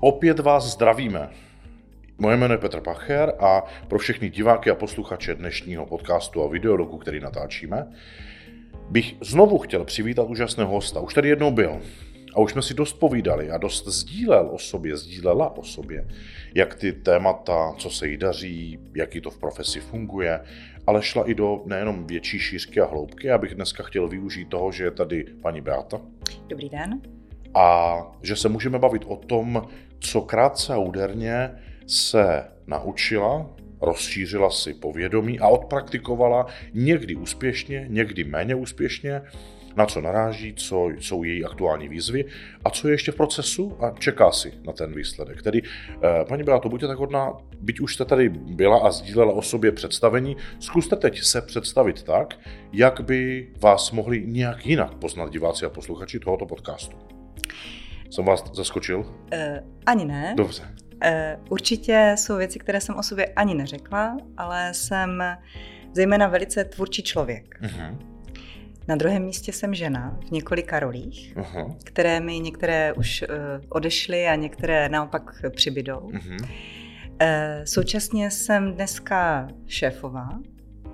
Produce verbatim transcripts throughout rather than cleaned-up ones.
Opět vás zdravíme. Moje jméno je Petr Pacher a pro všechny diváky a posluchače dnešního podcastu a videologu, který natáčíme, bych znovu chtěl přivítat úžasného hosta. Už tady jednou byl a už jsme si dost povídali a dost sdílel o sobě, sdílela o sobě, jak ty témata, co se jí daří, jaký to v profesi funguje, ale šla i do nejenom větší šířky a hloubky. Já bych dneska chtěl využít toho, že je tady paní Beata. Dobrý den. A že se můžeme bavit o tom, co krátce a úderně se naučila, rozšířila si povědomí a odpraktikovala někdy úspěšně, někdy méně úspěšně, na co naráží, co jsou její aktuální výzvy a co je ještě v procesu a čeká si na ten výsledek. Tedy, eh, paní Beato, buďte tak hodná, byť už jste tady byla a sdílela o sobě představení, zkuste teď se představit tak, jak by vás mohli nějak jinak poznat diváci a posluchači tohoto podcastu. Jsem vás zaskočil? Uh, ani ne. Dobře. Uh, určitě jsou věci, které jsem o sobě ani neřekla, ale jsem zejména velice tvůrčí člověk. Uh-huh. Na druhém místě jsem žena v několika rolích, uh-huh. které mi některé už uh, odešly a některé naopak přibydou. Uh-huh. Uh, současně jsem dneska šéfová uh,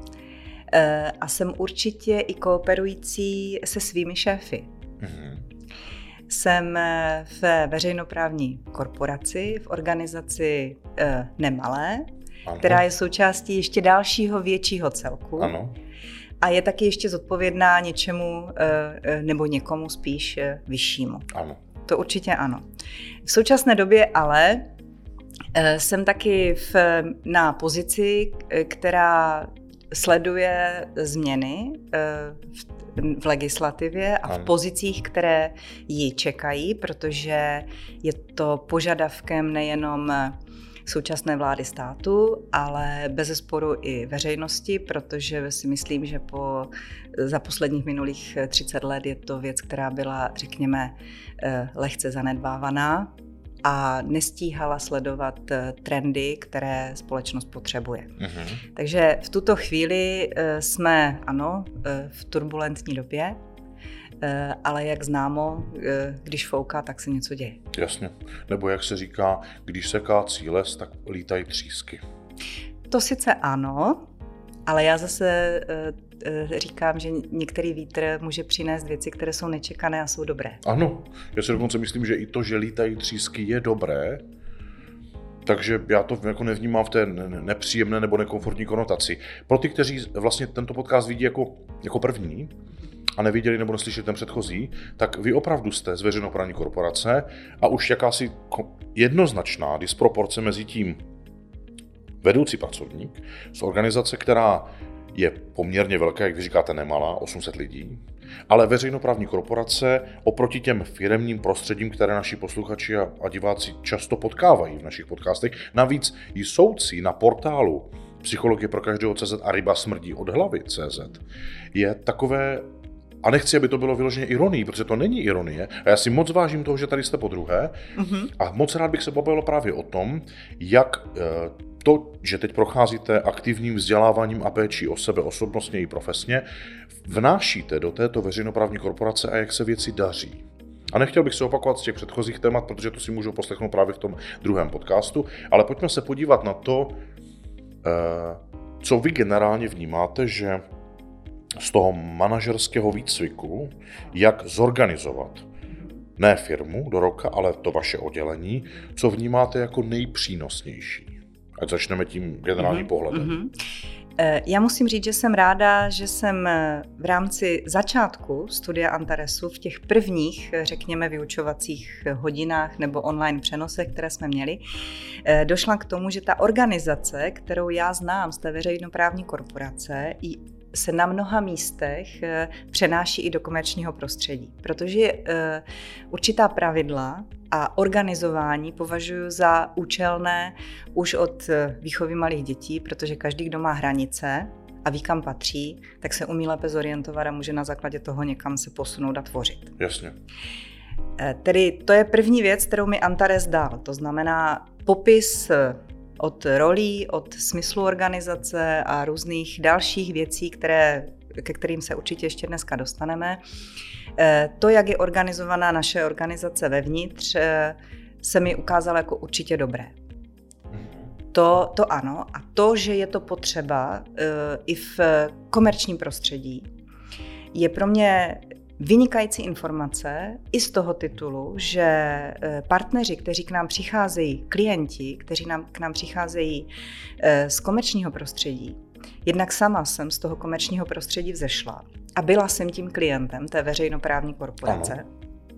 a jsem určitě i kooperující se svými šéfy. Uh-huh. Jsem v veřejnoprávní korporaci, v organizaci e, nemalé, ano. která je součástí ještě dalšího většího celku. Ano. A je taky ještě zodpovědná něčemu e, nebo někomu spíš e, vyššímu. Ano. To určitě ano. V současné době ale e, jsem taky v, na pozici, která sleduje změny e, v v legislativě a v ano. pozicích, které ji čekají, protože je to požadavkem nejenom současné vlády státu, ale bezesporu i veřejnosti, protože si myslím, že po, za posledních minulých třicet let je to věc, která byla, řekněme, lehce zanedbávaná a nestíhala sledovat trendy, které společnost potřebuje. Uh-huh. Takže v tuto chvíli jsme, ano, v turbulentní době, ale jak známo, když fouká, tak se něco děje. Jasně. Nebo jak se říká, když se kácí les, tak lítají třísky. To sice ano, ale já zase říkám, že některý vítr může přinést věci, které jsou nečekané a jsou dobré. Ano, já si dokonce myslím, že i to, že lítají třísky, je dobré, takže já to jako nevnímám v té nepříjemné nebo nekomfortní konotaci. Pro ty, kteří vlastně tento podcast vidí jako, jako první a neviděli nebo neslyšeli ten předchozí, tak vy opravdu jste z veřejnoprávní korporace a už jakási jednoznačná disproporce mezi tím vedoucí pracovník z organizace, která je poměrně velká, jak vy říkáte, nemalá, osm set lidí, ale veřejnoprávní korporace oproti těm firemním prostředím, které naši posluchači a, a diváci často potkávají v našich podcastech, navíc jsoucí na portálu Psychologie pro každého C Z a ryba smrdí od hlavy C Z, je takové, a nechci, aby to bylo vyloženě ironii, protože to není ironie, a já si moc vážím toho, že tady jste podruhé, mm-hmm. a moc rád bych se pobavil právě o tom, jak to, že teď procházíte aktivním vzděláváním a péčí o sebe osobnostně i profesně, vnášíte do této veřejnoprávní korporace a jak se věci daří. A nechtěl bych se opakovat z těch předchozích témat, protože to si můžu poslechnout právě v tom druhém podcastu, ale pojďme se podívat na to, co vy generálně vnímáte, že z toho manažerského výcviku, jak zorganizovat ne firmu do roka, ale to vaše oddělení, co vnímáte jako nejpřínosnější. Ať začneme tím generálním mm-hmm. pohledem. Mm-hmm. Já musím říct, že jsem ráda, že jsem v rámci začátku studia Antaresu v těch prvních, řekněme, vyučovacích hodinách nebo online přenosech, které jsme měli, došla k tomu, že ta organizace, kterou já znám z té veřejnoprávní korporace, se na mnoha místech přenáší i do komerčního prostředí, protože určitá pravidla a organizování považuji za účelné už od výchovy malých dětí, protože každý, kdo má hranice a ví, kam patří, tak se umí lépe zorientovat a může na základě toho někam se posunout a tvořit. Jasně. Tedy to je první věc, kterou mi Antares dal, to znamená popis od rolí, od smyslu organizace a různých dalších věcí, které, ke kterým se určitě ještě dneska dostaneme. To, jak je organizovaná naše organizace vevnitř, se mi ukázalo jako určitě dobré. To, to ano. A to, že je to potřeba uh, i v komerčním prostředí, je pro mě vynikající informace i z toho titulu, že partneři, kteří k nám přicházejí, klienti, kteří nám, k nám přicházejí z komerčního prostředí, jednak sama jsem z toho komerčního prostředí vzešla a byla jsem tím klientem té veřejnoprávní korporace, ano.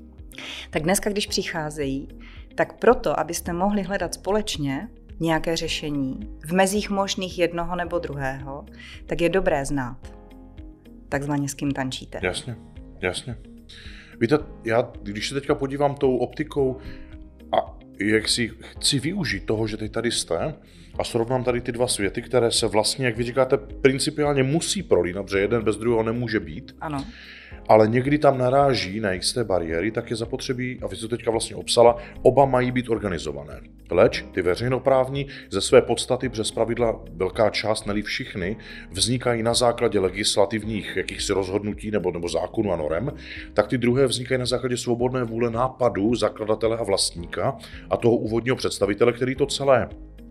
Tak dneska, když přicházejí, tak proto, abyste mohli hledat společně nějaké řešení v mezích možných jednoho nebo druhého, tak je dobré znát takzvaně s kým tančíte. Jasně. Jasně. Víte, já když se teďka podívám tou optikou a jak si chci využít toho, že teď tady jste a srovnám tady ty dva světy, které se vlastně, jak vy říkáte, principiálně musí prolínat, protože jeden bez druhého nemůže být. Ano. Ale někdy tam naráží na jisté bariéry, tak je zapotřebí, a vy jste to teďka vlastně obsala, oba mají být organizované. Leč ty veřejnoprávní ze své podstaty přes pravidla velká část, ne-li všichni, vznikají na základě legislativních jakýchsi rozhodnutí nebo, nebo zákonů a norem, tak ty druhé vznikají na základě svobodné vůle nápadu zakladatele a vlastníka a toho úvodního představitele, který to celé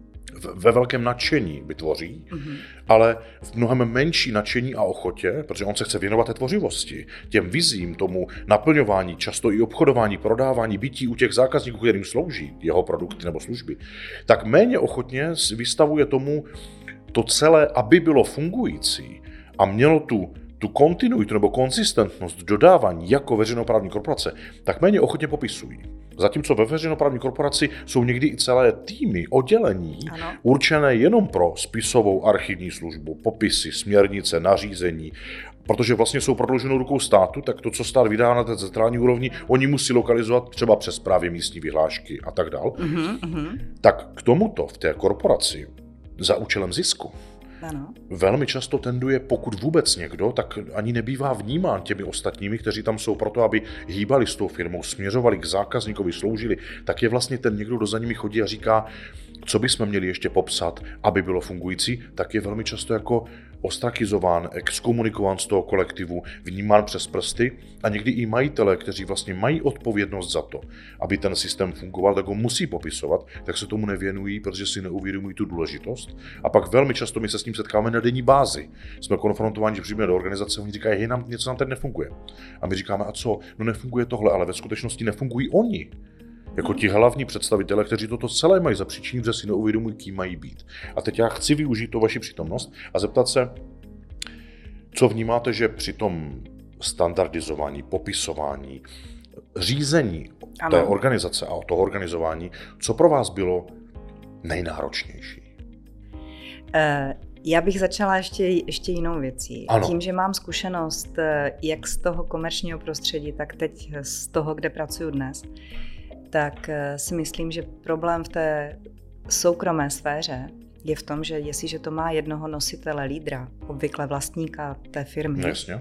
ve velkém nadšení vytvoří, mm-hmm. ale v mnohem menší nadšení a ochotě, protože on se chce věnovat té tvořivosti, těm vizím, tomu naplňování, často i obchodování, prodávání, bytí u těch zákazníků, kterým slouží jeho produkty nebo služby, tak méně ochotně vystavuje tomu to celé, aby bylo fungující a mělo tu tu kontinuitu nebo konzistentnost dodávání jako veřejnoprávní korporace, tak méně ochotně popisují. Zatímco ve veřejnoprávní korporaci jsou někdy i celé týmy, oddělení, ano. určené jenom pro spisovou archivní službu, popisy, směrnice, nařízení, protože vlastně jsou prodlouženou rukou státu, tak to, co stát vydá na té centrální úrovni, oni musí lokalizovat třeba přes právě místní vyhlášky a tak dál. Uh-huh, uh-huh. Tak k tomuto v té korporaci za účelem zisku ano. velmi často tenduje, pokud vůbec někdo, tak ani nebývá vnímán těmi ostatními, kteří tam jsou proto, aby hýbali s tou firmou, směřovali k zákazníkovi, sloužili, tak je vlastně ten někdo, kdo za nimi chodí a říká, co bychom měli ještě popsat, aby bylo fungující, tak je velmi často jako ostrakizován, exkomunikován z toho kolektivu, vnímán přes prsty a někdy i majitele, kteří vlastně mají odpovědnost za to, aby ten systém fungoval, tak ho musí popisovat, tak se tomu nevěnují, protože si neuvědomují tu důležitost. A pak velmi často my se s tím setkáme na denní bázi. Jsme konfrontováni, že přijdeme do organizace, oni říkají, hej, nám něco nám tady nefunguje. A my říkáme, a co? No nefunguje tohle, ale ve skutečnosti nefungují oni. Jako ti hlavní představitelé, kteří toto celé mají zapříčinit, že si neuvědomují, kým mají být. A teď já chci využít tu vaši přítomnost a zeptat se, co vnímáte, že při tom standardizování, popisování, řízení ano. té organizace a toho organizování, co pro vás bylo nejnáročnější? Uh... Já bych začala ještě, ještě jinou věcí. Ano. Tím, že mám zkušenost jak z toho komerčního prostředí, tak teď z toho, kde pracuji dnes, tak si myslím, že problém v té soukromé sféře je v tom, že jestliže to má jednoho nositele, lídra, obvykle vlastníka té firmy, Jasně.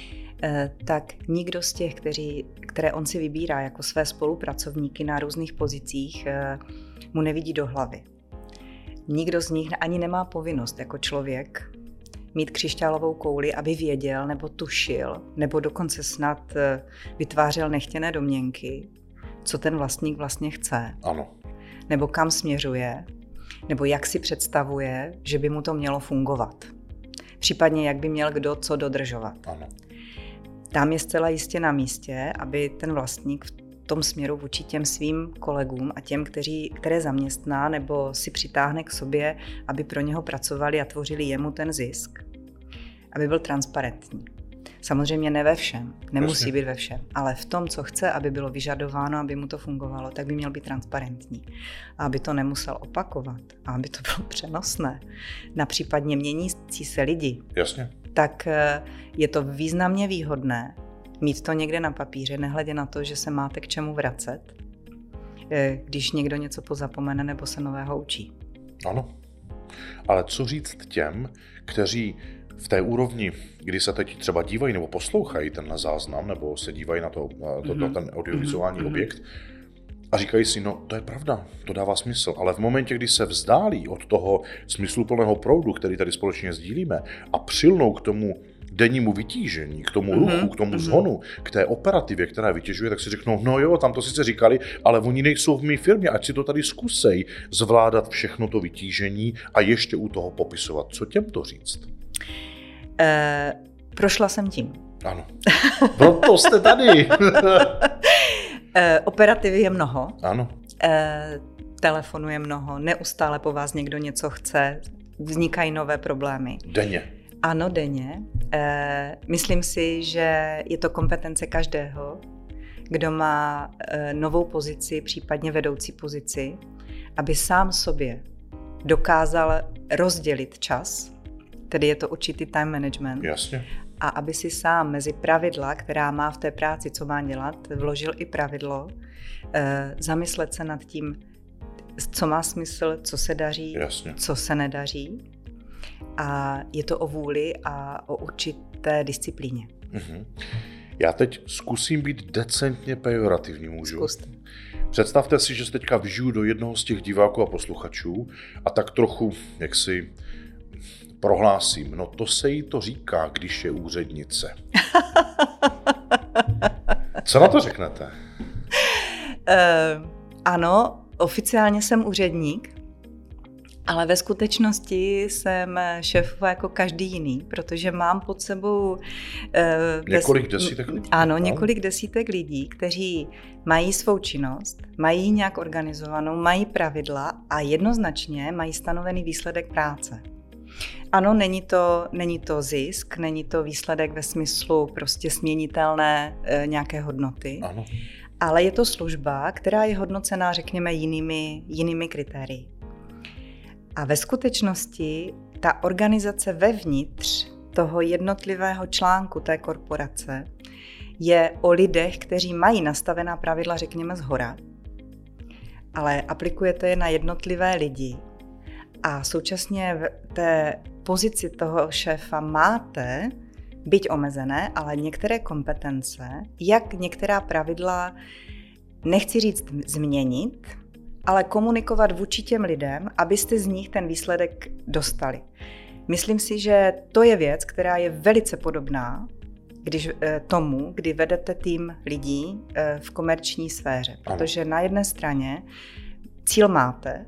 tak nikdo z těch, kteří, které on si vybírá jako své spolupracovníky na různých pozicích, mu nevidí do hlavy. Nikdo z nich ani nemá povinnost jako člověk mít křišťálovou kouli, aby věděl nebo tušil, nebo dokonce snad vytvářel nechtěné domněnky, co ten vlastník vlastně chce. Ano. Nebo kam směřuje, nebo jak si představuje, že by mu to mělo fungovat. Případně jak by měl kdo co dodržovat. Ano. Tam je zcela jistě na místě, aby ten vlastník v tom směru vůči těm svým kolegům a těm, kteří, které zaměstná nebo si přitáhne k sobě, aby pro něho pracovali a tvořili jemu ten zisk, aby byl transparentní. Samozřejmě ne ve všem, nemusí Jasně. být ve všem, ale v tom, co chce, aby bylo vyžadováno, aby mu to fungovalo, tak by měl být transparentní. A aby to nemusel opakovat, a aby to bylo přenosné na případně měnící se lidi, Jasně. tak je to významně výhodné mít to někde na papíře, nehledě na to, že se máte k čemu vracet, když někdo něco pozapomene nebo se nového učí. Ano, ale co říct těm, kteří v té úrovni, kdy se teď třeba dívají nebo poslouchají ten záznam, nebo se dívají na, to, na, to, mm-hmm. na ten audiovizuální mm-hmm. objekt a říkají si, no to je pravda, to dává smysl, ale v momentě, kdy se vzdálí od toho smysluplného proudu, který tady společně sdílíme a přilnou k tomu dennímu vytížení, k tomu ruchu, mm-hmm. k tomu zhonu, k té operativě, která vytěžuje, tak si řeknou, no jo, tam to sice říkali, ale oni nejsou v mé firmě, ať si to tady zkusej zvládat všechno to vytížení a ještě u toho popisovat. Co těm to říct? E, prošla jsem tím. Ano. Proto jste tady. e, operativy je mnoho. Ano. E, telefonu je mnoho, neustále po vás někdo něco chce, vznikají nové problémy. Denně. Ano, denně. E, myslím si, že je to kompetence každého, kdo má e, novou pozici, případně vedoucí pozici, aby sám sobě dokázal rozdělit čas, tedy je to určitý time management. Jasně. A aby si sám mezi pravidla, která má v té práci, co má dělat, vložil i pravidlo, e, zamyslet se nad tím, co má smysl, co se daří, Jasně. co se nedaří. A je to o vůli a o určité disciplíně. Mhm. Já teď zkusím být decentně pejorativní, můžu? Zkuste. Představte si, že se teďka vžiju do jednoho z těch diváků a posluchačů a tak trochu, jak si prohlásím, no to se jí to říká, když je úřednice. Co na to řeknete? Uh, ano, oficiálně jsem úředník, ale ve skutečnosti jsem šéfova jako každý jiný, protože mám pod sebou... Uh, několik des... desítek lidí? Ano, no. několik desítek lidí, kteří mají svou činnost, mají nějak organizovanou, mají pravidla a jednoznačně mají stanovený výsledek práce. Ano, není to, není to zisk, není to výsledek ve smyslu prostě směnitelné e, nějaké hodnoty, ano. Ale je to služba, která je hodnocená, řekněme, jinými, jinými kritérii. A ve skutečnosti ta organizace vevnitř toho jednotlivého článku té korporace je o lidech, kteří mají nastavená pravidla, řekněme, zhora, ale aplikujete je na jednotlivé lidi a současně v té pozici toho šéfa máte, byť omezené, ale některé kompetence, jak některá pravidla, nechci říct změnit, ale komunikovat vůči těm lidem, abyste z nich ten výsledek dostali. Myslím si, že to je věc, která je velice podobná když, tomu, kdy vedete tým lidí v komerční sféře. Protože na jedné straně cíl máte,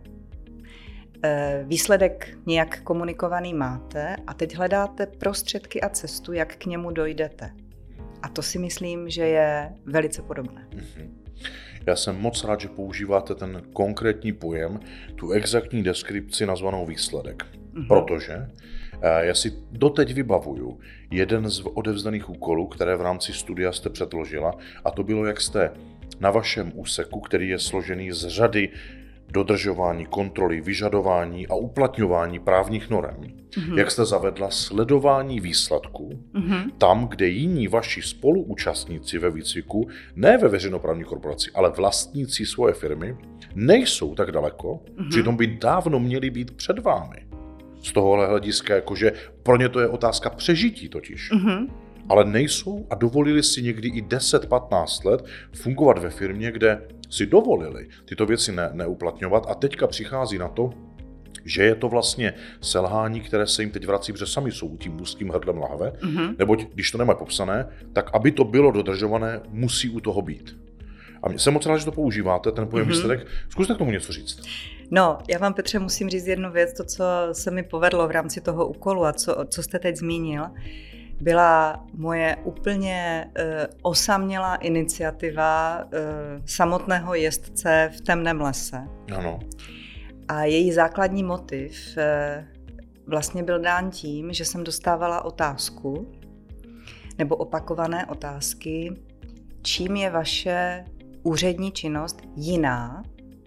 výsledek nějak komunikovaný máte a teď hledáte prostředky a cestu, jak k němu dojdete. A to si myslím, že je velice podobné. Já jsem moc rád, že používáte ten konkrétní pojem, tu exaktní deskripci nazvanou výsledek. Mm-hmm. Protože já si doteď vybavuju jeden z odevzdaných úkolů, které v rámci studia jste předložila, a to bylo, jak jste na vašem úseku, který je složený z řady dodržování, kontroly, vyžadování a uplatňování právních norem, mm-hmm. jak jste zavedla sledování výsledků mm-hmm. tam, kde jiní vaši spoluúčastníci ve výcviku, ne ve veřejnoprávní korporaci, ale vlastníci svoje firmy, nejsou tak daleko, mm-hmm. přitom by dávno měli být před vámi. Z tohohle hlediska, jakože pro ně to je otázka přežití totiž. Mm-hmm. Ale nejsou a dovolili si někdy i deset patnáct let fungovat ve firmě, kde si dovolili tyto věci ne, neuplatňovat a teďka přichází na to, že je to vlastně selhání, které se jim teď vrací, protože sami jsou tím úzkým hrdlem lahve, mm-hmm. neboť když to nemají popsané, tak aby to bylo dodržované, musí u toho být. A jsem moc rád, že to používáte, ten pojem mm-hmm. výsledek. Zkuste k tomu něco říct. No, já vám, Petře, musím říct jednu věc, to, co se mi povedlo v rámci toho úkolu a co, co jste teď zmínil, byla moje úplně uh, osamělá iniciativa uh, samotného jezdce v temném lese. Ano. A její základní motiv uh, vlastně byl dán tím, že jsem dostávala otázku, nebo opakované otázky, čím je vaše úřední činnost jiná,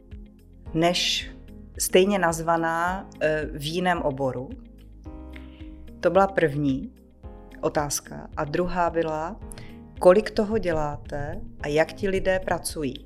než stejně nazvaná uh, v jiném oboru. To byla první otázka. A druhá byla, kolik toho děláte a jak ti lidé pracují.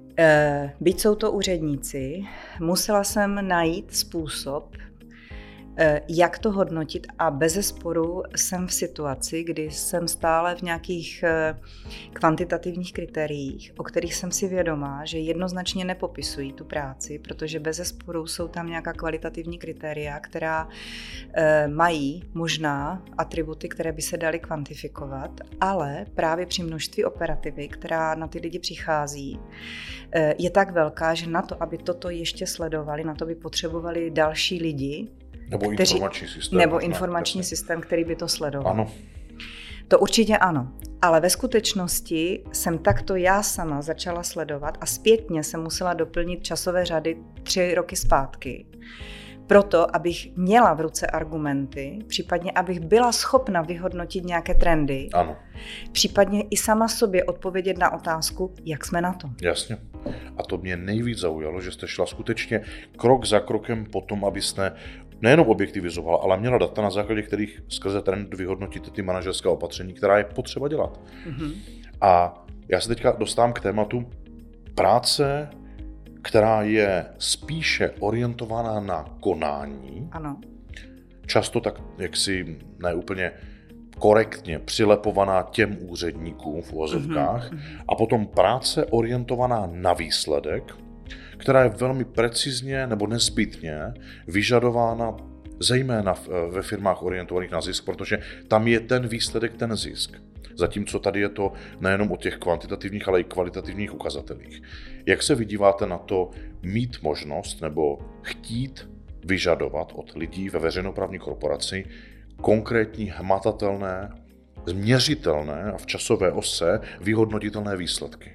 E, byť jsou to úředníci, musela jsem najít způsob, Jak to hodnotit? A bezesporu jsem v situaci, kdy jsem stále v nějakých kvantitativních kritériích, o kterých jsem si vědomá, že jednoznačně nepopisují tu práci, protože bezesporu jsou tam nějaká kvalitativní kritéria, která mají možná atributy, které by se daly kvantifikovat, ale právě při množství operativy, která na ty lidi přichází, je tak velká, že na to, aby toto ještě sledovali, na to by potřebovali další lidi, Nebo kteří, informační systém. Nebo možná, informační jasně. systém, který by to sledoval. Ano. To určitě ano. Ale ve skutečnosti jsem takto já sama začala sledovat a zpětně jsem musela doplnit časové řady tři roky zpátky. Proto, abych měla v ruce argumenty, případně abych byla schopna vyhodnotit nějaké trendy, Ano. případně i sama sobě odpovědět na otázku, jak jsme na tom. Jasně. A to mě nejvíc zaujalo, že jste šla skutečně krok za krokem po tom, abyste nejenom objektivizovala, ale měla data, na základě kterých skrze trend vyhodnotíte ty manažerská opatření, která je potřeba dělat. Mm-hmm. A já se teďka dostávám k tématu práce, která je spíše orientovaná na konání. Ano. Často tak jaksi neúplně korektně přilepovaná těm úředníkům v uvozovkách. Mm-hmm. A potom práce orientovaná na výsledek, která je velmi precizně nebo nezbytně vyžadována zejména ve firmách orientovaných na zisk, protože tam je ten výsledek, ten zisk. Zatímco tady je to nejenom o těch kvantitativních, ale i kvalitativních ukazatelích. Jak se vydíváte na to mít možnost nebo chtít vyžadovat od lidí ve veřejnoprávní korporaci konkrétní, hmatatelné, změřitelné a v časové ose vyhodnotitelné výsledky?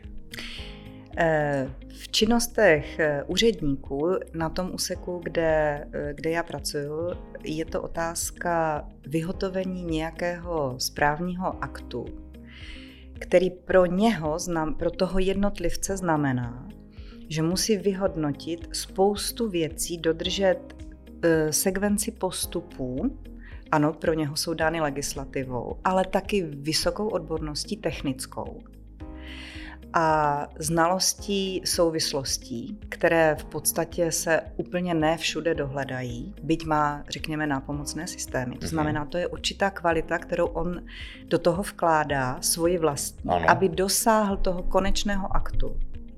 V činnostech úředníků na tom úseku, kde, kde já pracuji, je to otázka vyhotovení nějakého správního aktu, který pro něho, pro toho jednotlivce znamená, že musí vyhodnotit spoustu věcí, dodržet sekvenci postupů. Ano, pro něho jsou dány legislativou, ale taky vysokou odborností technickou a znalostí souvislostí, které v podstatě se úplně ne všude dohledají, byť má, řekněme, nápomocné systémy. To znamená, to je určitá kvalita, kterou on do toho vkládá, svoji vlastní, ano. aby dosáhl toho konečného aktu.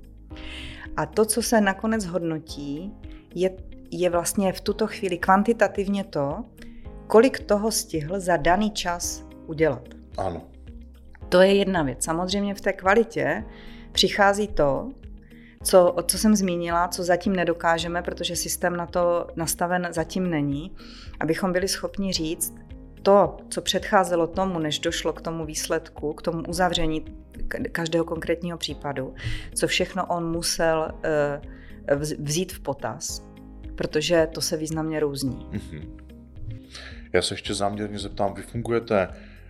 A to, co se nakonec hodnotí, je, je vlastně v tuto chvíli kvantitativně to, kolik toho stihl za daný čas udělat. Ano. To je jedna věc. Samozřejmě v té kvalitě přichází to, co, co jsem zmínila, co zatím nedokážeme, protože systém na to nastaven zatím není, abychom byli schopni říct to, co předcházelo tomu, než došlo k tomu výsledku, k tomu uzavření každého konkrétního případu, co všechno on musel uh, vzít v potaz, protože to se významně různí. Mm-hmm. Já se ještě záměrně zeptám, vy fungujete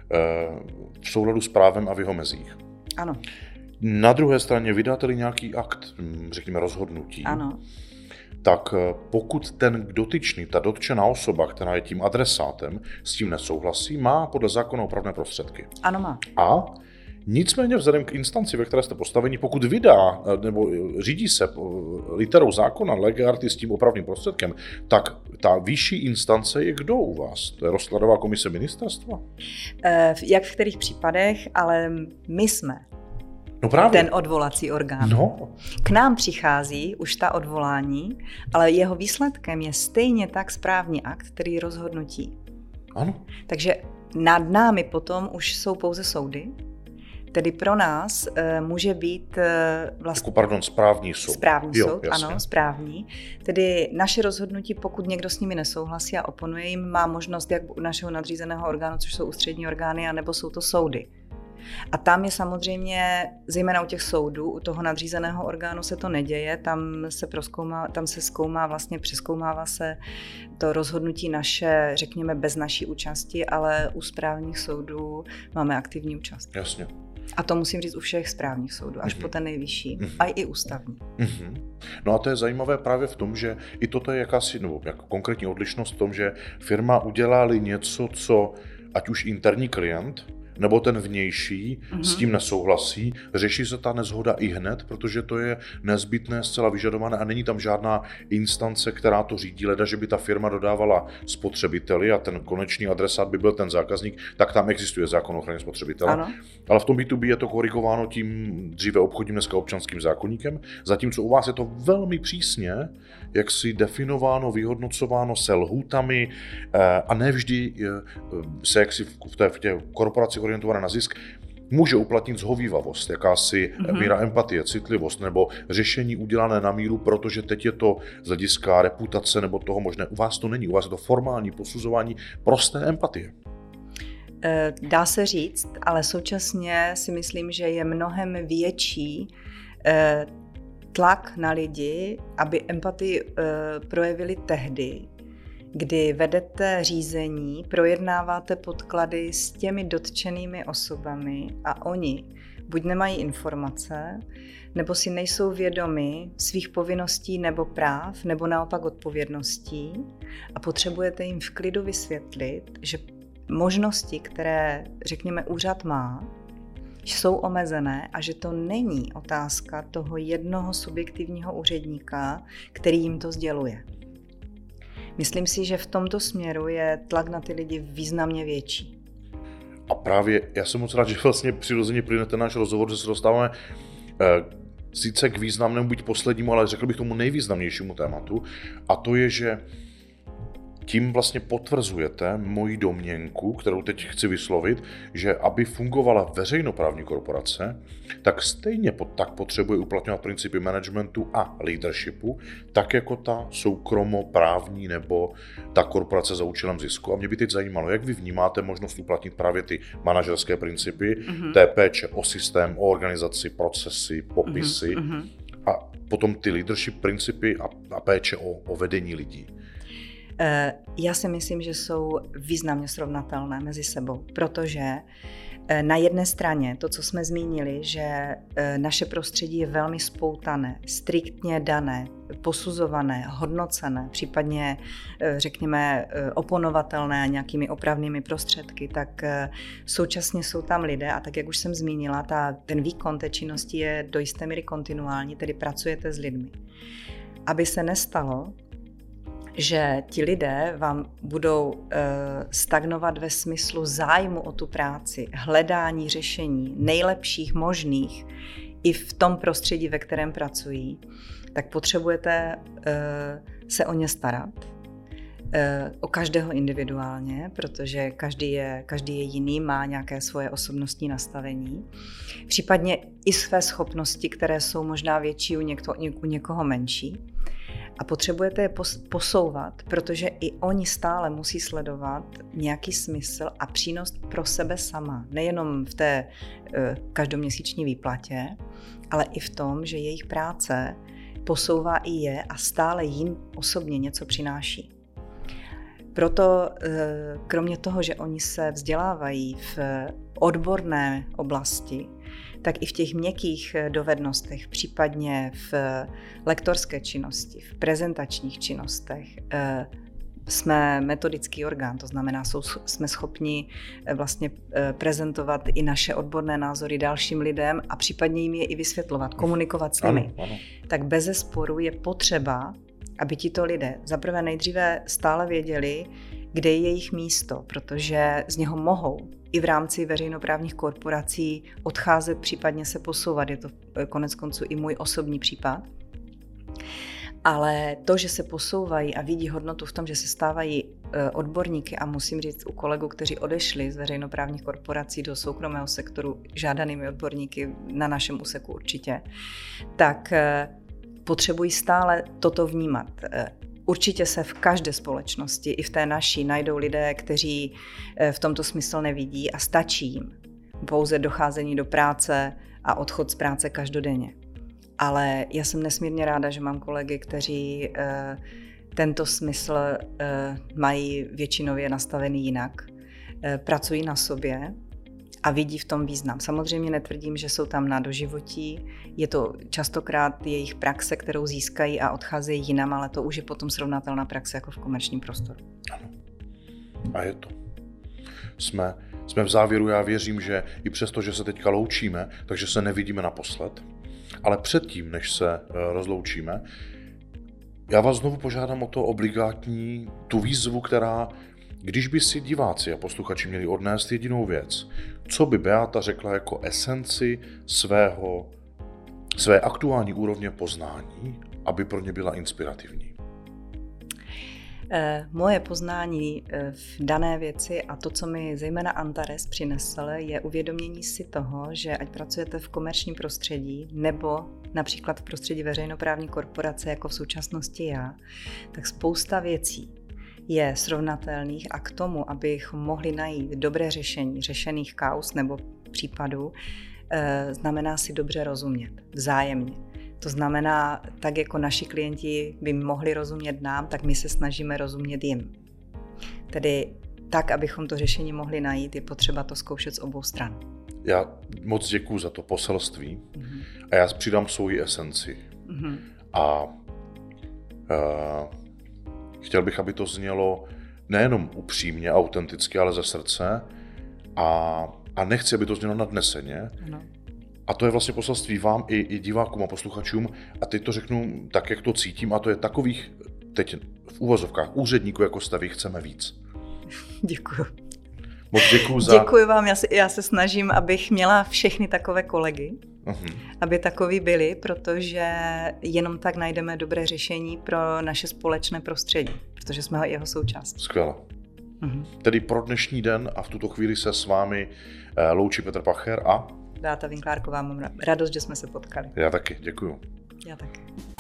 v souladu s právem a v jeho mezích. Ano. Na druhé straně vydáte-li nějaký akt, řekněme rozhodnutí, ano. tak pokud ten dotyčný, ta dotčená osoba, která je tím adresátem, s tím nesouhlasí, má podle zákona opravné prostředky. Ano, má. A nicméně vzhledem k instanci, ve které jste postaveni, pokud vydá nebo řídí se literou zákona lege artis s tím opravným prostředkem, tak ta vyšší instance je kdo u vás? To je rozkladová komise ministerstva? Jak v kterých případech, ale my jsme no právě. ten odvolací orgán. No. K nám přichází už ta odvolání, ale jeho výsledkem je stejně tak správní akt, který rozhodnutí. Ano. Takže nad námi potom už jsou pouze soudy. Tedy pro nás uh, může být uh, vlastně... Jako, pardon, správní soud. Správní jo, soud, jasně. ano, správní. Tedy naše rozhodnutí, pokud někdo s nimi nesouhlasí a oponuje jim, má možnost jak u našeho nadřízeného orgánu, což jsou ústřední orgány, anebo jsou to soudy. A tam je samozřejmě, zejména u těch soudů, u toho nadřízeného orgánu se to neděje, tam se prozkoumá, tam se zkoumá, vlastně přezkoumává se to rozhodnutí naše, řekněme, bez naší účasti, ale u správních soudů máme aktivní účast. Jasně. A to musím říct u všech správních soudů, až mm-hmm. po ten nejvyšší, mm-hmm. a i ústavní. Mm-hmm. No a to je zajímavé právě v tom, že i toto je jakási, nebo jako konkrétní odlišnost v tom, že firma udělá-li něco, co ať už interní klient, nebo ten vnější mm-hmm. s tím nesouhlasí, řeší se ta nezhoda i hned, protože to je nezbytné, zcela vyžadované a není tam žádná instance, která to řídí, leda, že by ta firma dodávala spotřebiteli a ten konečný adresát by byl ten zákazník, tak tam existuje zákon o ochraně spotřebitele. Ano. Ale v tom bé dvě bé je to korigováno tím dříve obchodním, dneska občanským zákoníkem, zatímco u vás je to velmi přísně, jak si definováno, vyhodnocováno se lhůtami a nevždy se jaksi v té, v té korporaci orientované na zisk může uplatnit zhovívavost, jakási mm-hmm. míra empatie, citlivost nebo řešení udělané na míru, protože teď je to z hlediska reputace nebo toho možné. U vás to není, u vás je to formální posuzování prosté empatie. Dá se říct, ale současně si myslím, že je mnohem větší tlak na lidi, aby empatii projevili tehdy, kdy vedete řízení, projednáváte podklady s těmi dotčenými osobami a oni buď nemají informace, nebo si nejsou vědomi svých povinností nebo práv, nebo naopak odpovědností a potřebujete jim v klidu vysvětlit, že možnosti, které, řekněme, úřad má, jsou omezené a že to není otázka toho jednoho subjektivního úředníka, který jim to sděluje. Myslím si, že v tomto směru je tlak na ty lidi významně větší. A právě já jsem moc rád, že vlastně přirozeně plyne ten náš rozhovor, že se dostáváme eh, sice k významnému, byť poslednímu, ale řekl bych tomu nejvýznamnějšímu tématu, a to je, že tím vlastně potvrzujete moji domněnku, kterou teď chci vyslovit, že aby fungovala veřejnoprávní korporace, tak stejně tak potřebuje uplatňovat principy managementu a leadershipu, tak jako ta soukromoprávní nebo ta korporace za účelem zisku. A mě by teď zajímalo, jak vy vnímáte možnost uplatnit právě ty manažerské principy, mm-hmm. té péče o systém, o organizaci, procesy, popisy mm-hmm. a potom ty leadership principy a, a péče o, o vedení lidí. Já si myslím, že jsou významně srovnatelné mezi sebou, protože na jedné straně to, co jsme zmínili, že naše prostředí je velmi spoutané, striktně dané, posuzované, hodnocené, případně řekněme oponovatelné nějakými opravnými prostředky, tak současně jsou tam lidé a tak, jak už jsem zmínila, ta, ten výkon té činnosti je do jisté míry kontinuální, tedy pracujete s lidmi. Aby se nestalo, že ti lidé vám budou uh, stagnovat ve smyslu zájmu o tu práci, hledání řešení nejlepších možných i v tom prostředí, ve kterém pracují, tak potřebujete uh, se o ně starat, uh, o každého individuálně, protože každý je, každý je jiný, má nějaké svoje osobnostní nastavení, případně i své schopnosti, které jsou možná větší u, někto, u někoho menší. A potřebujete je posouvat, protože i oni stále musí sledovat nějaký smysl a přínos pro sebe sama. Nejenom v té každoměsíční výplatě, ale i v tom, že jejich práce posouvá i je a stále jim osobně něco přináší. Proto kromě toho, že oni se vzdělávají v odborné oblasti, tak i v těch měkkých dovednostech, případně v lektorské činnosti, v prezentačních činnostech, jsme metodický orgán, to znamená, jsou, jsme schopni vlastně prezentovat i naše odborné názory dalším lidem a případně jim je i vysvětlovat, komunikovat s nimi. Ano, ano. Tak bezesporu je potřeba, aby tito lidé zaprvé nejdříve stále věděli, kde je jejich místo, protože z něho mohou i v rámci veřejnoprávních korporací odcházet, případně se posouvat. Je to konec konců i můj osobní případ. Ale to, že se posouvají a vidí hodnotu v tom, že se stávají odborníky, a musím říct u kolegů, kteří odešli z veřejnoprávních korporací do soukromého sektoru žádanými odborníky na našem úseku určitě, tak potřebují stále toto vnímat. Určitě se v každé společnosti, i v té naší, najdou lidé, kteří v tomto smysl nevidí a stačí jim pouze docházení do práce a odchod z práce každodenně. Ale já jsem nesmírně ráda, že mám kolegy, kteří eh, tento smysl eh, mají většinově nastavený jinak, eh, pracují na sobě a vidí v tom význam. Samozřejmě netvrdím, že jsou tam na doživotí, je to častokrát jejich praxe, kterou získají a odcházejí jinam, ale to už je potom srovnatelná praxe jako v komerčním prostoru. Ano. A je to. Jsme Jsme v závěru, já věřím, že i přesto, že se teďka loučíme, takže se nevidíme naposled, ale předtím, než se rozloučíme, já vás znovu požádám o to obligátní, tu výzvu, která, když by si diváci a posluchači měli odnést jedinou věc, co by Beata řekla jako esenci svého, své aktuální úrovně poznání, aby pro ně byla inspirativní. Moje poznání v dané věci a to, co mi zejména Antares přinesl, je uvědomění si toho, že ať pracujete v komerčním prostředí nebo například v prostředí veřejnoprávní korporace, jako v současnosti já, tak spousta věcí je srovnatelných a k tomu, abychom mohli najít dobré řešení řešených kauz nebo případů, znamená si dobře rozumět vzájemně. To znamená, tak jako naši klienti by mohli rozumět nám, tak my se snažíme rozumět jim. Tedy tak, abychom to řešení mohli najít, je potřeba to zkoušet z obou stran. Já moc děkuju za to poselství mm-hmm. a já přidám svoji esenci. Mm-hmm. A uh, chtěl bych, aby to znělo nejenom upřímně, autenticky, ale ze srdce a, a nechci, aby to znělo nadneseně. Ano. A to je vlastně poselství vám i, i divákům a posluchačům. A teď to řeknu tak, jak to cítím. A to je takových, teď v úvozovkách, úředníků, jako jste vy, chceme víc. Děkuju. Moc děkuju za... Děkuju vám. Já se, já se snažím, abych měla všechny takové kolegy, uh-huh. aby takoví byli, protože jenom tak najdeme dobré řešení pro naše společné prostředí, protože jsme jeho součástí. Skvěle. Uh-huh. Tedy pro dnešní den a v tuto chvíli se s vámi loučí Petr Pacher a... Beata Vinklárková, mám radost, že jsme se potkali. Já taky, děkuju. Já taky.